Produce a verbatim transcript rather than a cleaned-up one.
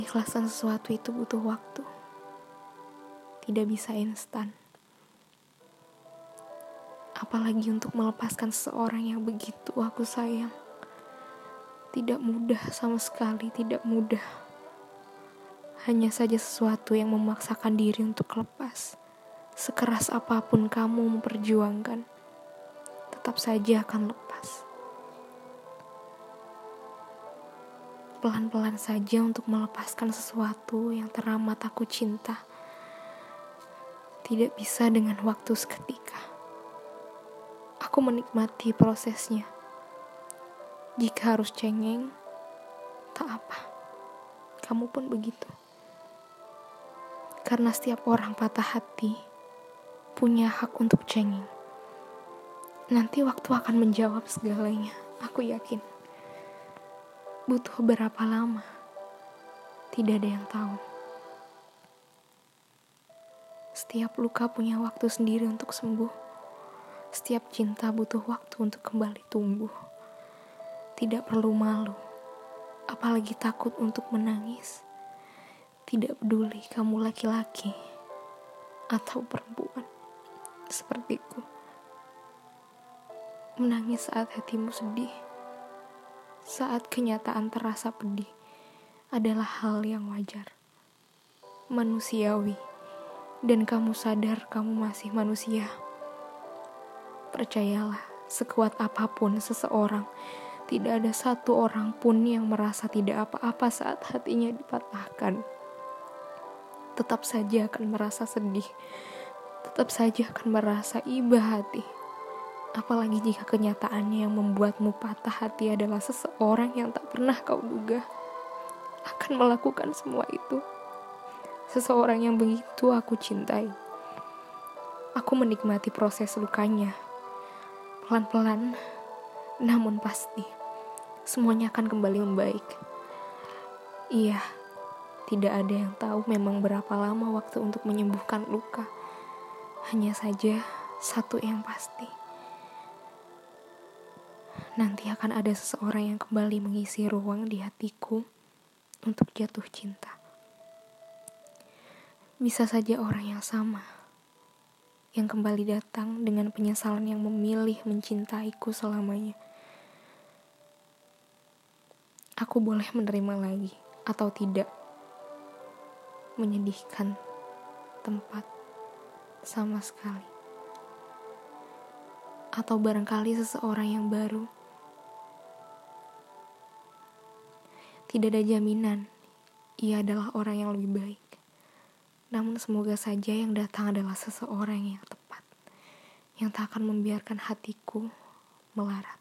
Ikhlasan sesuatu itu butuh waktu. Tidak bisa instan. Apalagi untuk melepaskan seseorang yang begitu aku sayang. Tidak mudah sama sekali, tidak mudah. Hanya saja sesuatu yang memaksakan diri untuk lepas. Sekeras apapun kamu memperjuangkan, tetap saja akan lepas. Pelan-pelan saja untuk melepaskan sesuatu yang teramat aku cinta. Tidak bisa dengan waktu seketika. Aku menikmati prosesnya. Jika harus cengeng, tak apa. Kamu pun begitu. Karena setiap orang patah hati punya hak untuk cengeng. Nanti waktu akan menjawab segalanya. Aku yakin. Butuh berapa lama? Tidak ada yang tahu. Setiap luka punya waktu sendiri untuk sembuh. Setiap cinta butuh waktu untuk kembali tumbuh. Tidak perlu malu, apalagi takut untuk menangis. Tidak peduli kamu laki-laki atau perempuan sepertiku. Menangis saat hatimu sedih, saat kenyataan terasa pedih, adalah hal yang wajar, manusiawi, dan kamu sadar kamu masih manusia. Percayalah, sekuat apapun seseorang, tidak ada satu orang pun yang merasa tidak apa-apa saat hatinya dipatahkan. Tetap saja akan merasa sedih, tetap saja akan merasa iba hati. Apalagi jika kenyataannya yang membuatmu patah hati adalah seseorang yang tak pernah kau duga akan melakukan semua itu. Seseorang yang begitu aku cintai. Aku menikmati proses lukanya. Pelan-pelan, namun pasti, semuanya akan kembali membaik. Iya, tidak ada yang tahu memang berapa lama waktu untuk menyembuhkan luka. Hanya saja, satu yang pasti. Nanti akan ada seseorang yang kembali mengisi ruang di hatiku untuk jatuh cinta. Bisa saja orang yang sama, yang kembali datang dengan penyesalan yang memilih mencintaiku selamanya. Aku boleh menerima lagi atau tidak. Menyedihkan tempat sama sekali. Atau barangkali seseorang yang baru. Tidak ada jaminan ia adalah orang yang lebih baik. Namun semoga saja yang datang adalah seseorang yang tepat, yang tak akan membiarkan hatiku melarat.